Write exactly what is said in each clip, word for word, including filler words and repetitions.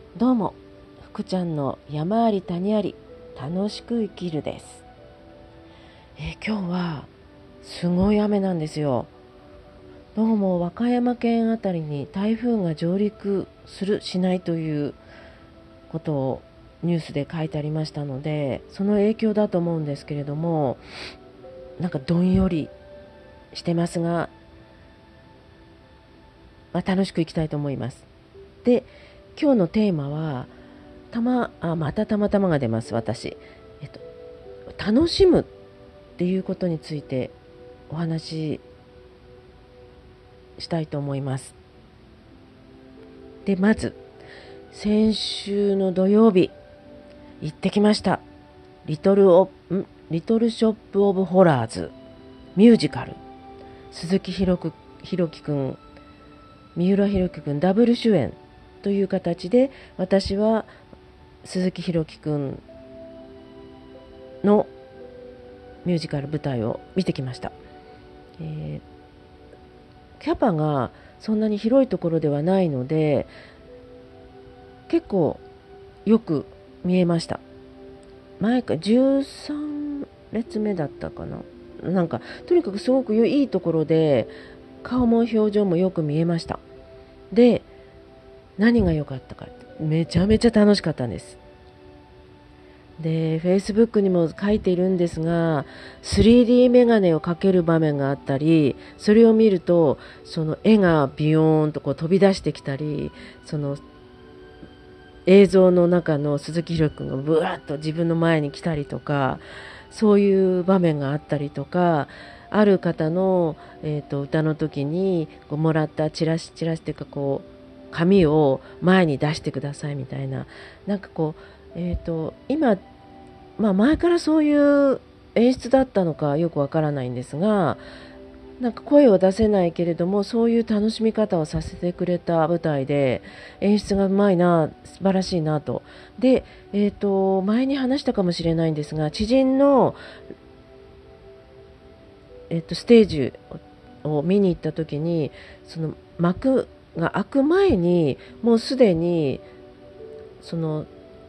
どうも、福ちゃんの山あり谷あり楽しく生きるです。えー今日はすごい雨なんですよ。どうも和歌山県あたりに台風が上陸するしないということをニュースで書いてありましたので、その影響だと思うんですけれども、なんかどんよりしてますが、まあ、楽しくいきたいと思います。で、今日のテーマはたまあまたたまたまが出ます。私、えっと、楽しむっていうことについてお話ししたいと思います。で、まず先週の土曜日行ってきました。リトルオんリトルショップオブホラーズミュージカル、鈴木ひろくひろきくん、三浦弘樹くんダブル主演という形で、私は鈴木ひろきくんのミュージカル舞台を見てきました。えーキャパがそんなに広いところではないので、結構よく見えました。前かじゅうさん列目だったかな。なんかとにかくすごくいいところで、顔も表情もよく見えました。で、何が良かったか、めちゃめちゃ楽しかったんです。で、Facebook にも書いているんですが、スリーディー メガネをかける場面があったり、それを見るとその絵がビヨーンとこう飛び出してきたり、その映像の中の鈴木ひろきくんがブワッと自分の前に来たりとか、そういう場面があったりとか、ある方の、えー、と歌の時にこうもらったチラシチラシっていうか、こう紙を前に出してくださいみたいな、なんかこう、えー、と今、まあ、前からそういう演出だったのかよくわからないんですが、なんか声を出せないけれども、そういう楽しみ方をさせてくれた舞台で、演出がうまいな、素晴らしいなと。で、えー、と前に話したかもしれないんですが、知人の、えー、とステージを見に行った時に、その幕が開く前にもうすでにその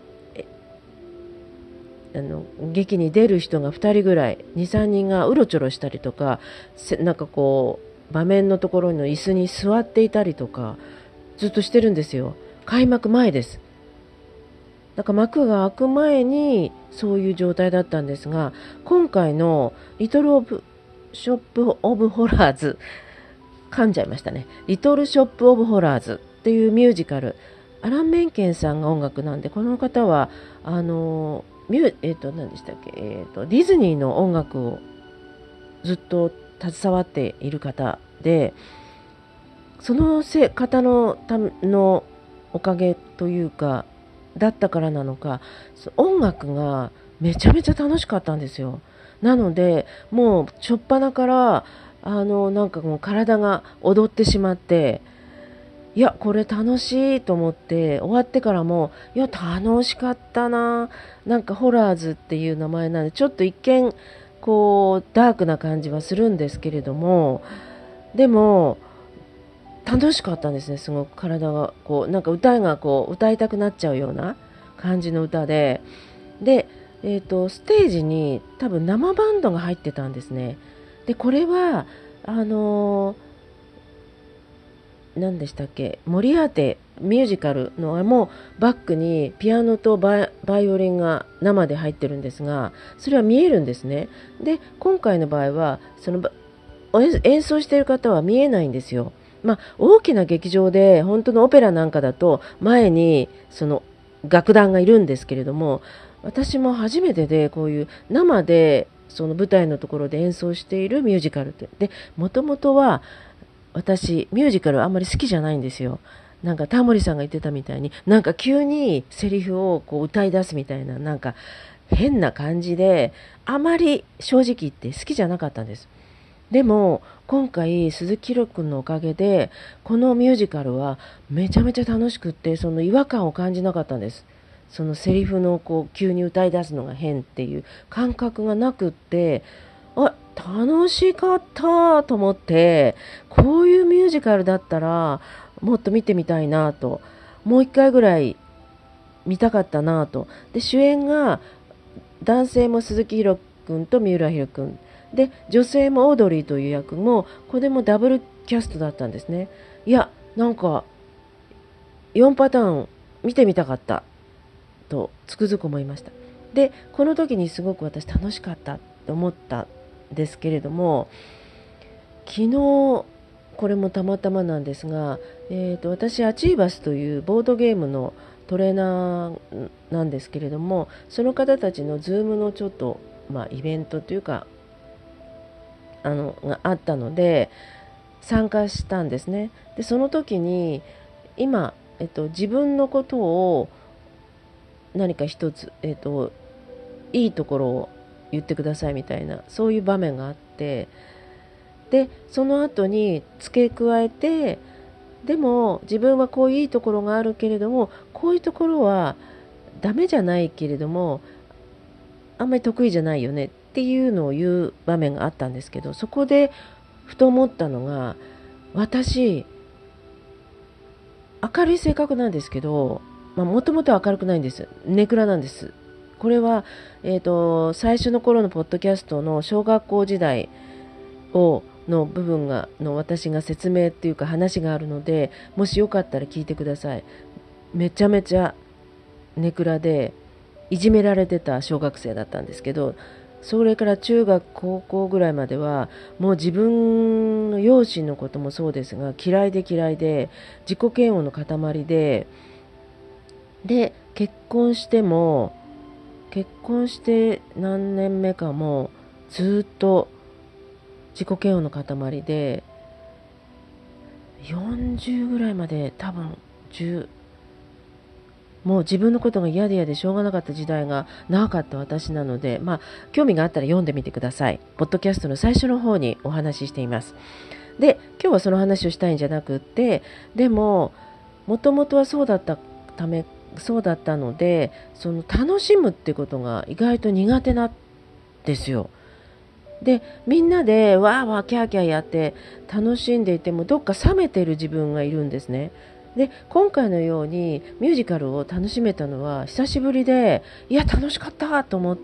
あの劇に出る人がふたりぐらい、にさんにんがうろちょろしたりとか、なんかこう場面のところの椅子に座っていたりとかずっとしてるんですよ。開幕前です。だから幕が開く前にそういう状態だったんですが、今回のリトルオブショップオブホラーズ、噛んじゃいましたね。リトルショップオブホラーズっていうミュージカル、アラン・メンケンさんが音楽なんで、この方はあのミュえっ、と何でしたっけ、えっ、とディズニーの音楽をずっと携わっている方で、そのせ方のためのおかげというかだったからなのか、音楽がめちゃめちゃ楽しかったんですよ。なのでもう初っ端からあのなんかもう体が踊ってしまって、いやこれ楽しいと思って、終わってからもいや楽しかったな、なんかホラーズっていう名前なんでちょっと一見こうダークな感じはするんですけれども、でも楽しかったんですね。すごく体がこうなんか歌がこう歌いたくなっちゃうような感じの歌で、で、えーと、ステージに多分生バンドが入ってたんですね。でこれはあのー何でしたっけ、モリアーテミュージカルのもバックにピアノとバイ、バイオリンが生で入ってるんですが、それは見えるんですね。で今回の場合はその演奏している方は見えないんですよ。まあ、大きな劇場で本当のオペラなんかだと前にその楽団がいるんですけれども、私も初めてでこういう生でその舞台のところで演奏しているミュージカルで、もともとは私ミュージカルあんまり好きじゃないんですよ。なんかタモリさんが言ってたみたいに、なんか急にセリフをこう歌い出すみたいな、なんか変な感じで、あまり正直言って好きじゃなかったんです。でも今回鈴木ひろきくんのおかげでこのミュージカルはめちゃめちゃ楽しくって、その違和感を感じなかったんです。そのセリフのこう急に歌い出すのが変っていう感覚がなくって、あ、楽しかったと思って、こういうミュージカルだったらもっと見てみたいなと、もう一回ぐらい見たかったなと。で主演が男性も鈴木宏君と三浦宏君で、女性もオードリーという役もこれもダブルキャストだったんですね。いやなんかよんパターン見てみたかったとつくづく思いました。でこの時にすごく私楽しかったと思ったんですけれども、昨日これもたまたまなんですが、えーと、私アチーバスというボードゲームのトレーナーなんですけれども、その方たちのズームのちょっと、まあ、イベントというかあのがあったので参加したんですね。でその時に今、えっと、自分のことを何か一つ、えっと、いいところを言ってくださいみたいなそういう場面があって、でその後に付け加えて、でも自分はこういういいところがあるけれどもこういうところはダメじゃないけれどもあんまり得意じゃないよねっていうのを言う場面があったんですけど、そこでふと思ったのが、私明るい性格なんですけど、もともと明るくないんです。ネクラなんです。これは、えーと、最初の頃のポッドキャストの小学校時代をの部分がの私が説明っていうか話があるので、もしよかったら聞いてください。めちゃめちゃネクラでいじめられてた小学生だったんですけど、それから中学高校ぐらいまではもう自分の両親のこともそうですが嫌いで嫌いで自己嫌悪の塊で、で結婚しても結婚して何年目かもずっと自己嫌悪の塊で、よんじゅうぐらいまで多分じゅうもう自分のことが嫌で嫌でしょうがなかった時代が長かった私なので、まあ興味があったら読んでみてください。ポッドキャストの最初の方にお話ししています。で今日はその話をしたいんじゃなくって、でももともとはそうだったためそうだったので、その楽しむってことが意外と苦手なんですよ。でみんなでわーわーキャーキャーやって楽しんでいてもどっか冷めてる自分がいるんですね。で今回のようにミュージカルを楽しめたのは久しぶりで、いや楽しかったと思って、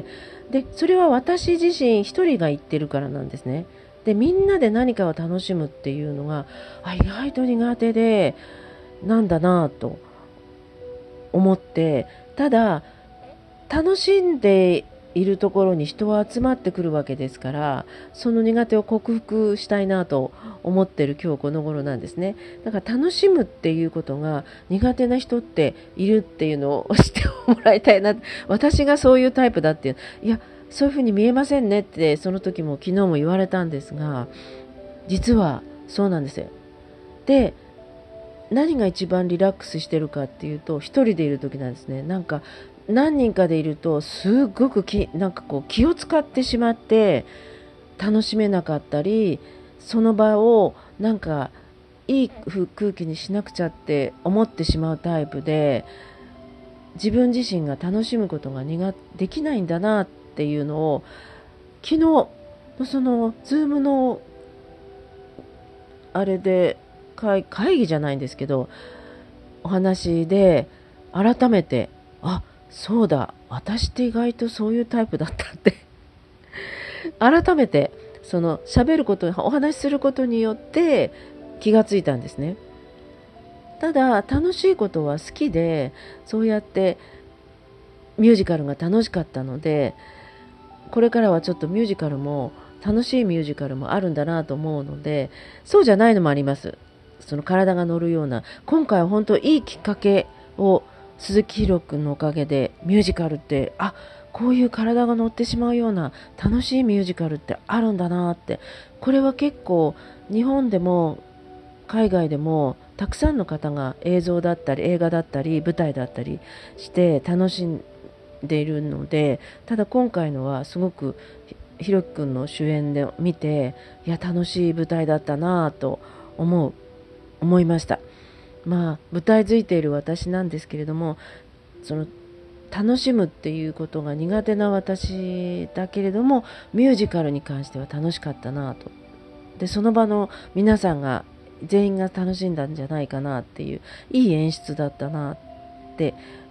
でそれは私自身一人が言ってるからなんですね。でみんなで何かを楽しむっていうのがあ意外と苦手でなんだなと思って、ただ楽しんでいるところに人は集まってくるわけですから、その苦手を克服したいなと思っている今日この頃なんですね。だから楽しむっていうことが苦手な人っているっていうのを知ってもらいたいな。私がそういうタイプだっていう、いやそういうふうに見えませんねってその時も昨日も言われたんですが、実はそうなんですよ。で何が一番リラックスしてるかっていうと一人でいる時なんですね。なんか何人かでいるとすごくきなんかこう気を使ってしまって楽しめなかったり、その場をなんかいい空気にしなくちゃって思ってしまうタイプで、自分自身が楽しむことが苦できないんだなっていうのを昨日のそのズームのあれで会、会議じゃないんですけどお話で改めて、あそうだ私って意外とそういうタイプだったって改めてその喋ることお話しすることによって気がついたんですね。ただ楽しいことは好きで、そうやってミュージカルが楽しかったので、これからはちょっとミュージカルも楽しいミュージカルもあるんだなと思うので、そうじゃないのもあります。その体が乗るような、今回は本当いいきっかけを鈴木宏君のおかげでミュージカルってあこういう体が乗ってしまうような楽しいミュージカルってあるんだなって、これは結構日本でも海外でもたくさんの方が映像だったり映画だったり舞台だったりして楽しんでいるので、ただ今回のはすごくひろきくんの主演で見て、いや楽しい舞台だったなと思う思いました。まあ舞台づいている私なんですけれども、その楽しむっていうことが苦手な私だけれどもミュージカルに関しては楽しかったなと。でその場の皆さんが全員が楽しんだんじゃないかなっていういい演出だったなって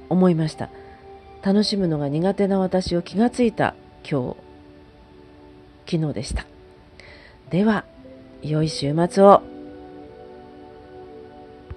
思いました。楽しむのが苦手な私を気がついた今日、昨日でした。では、良い週末を。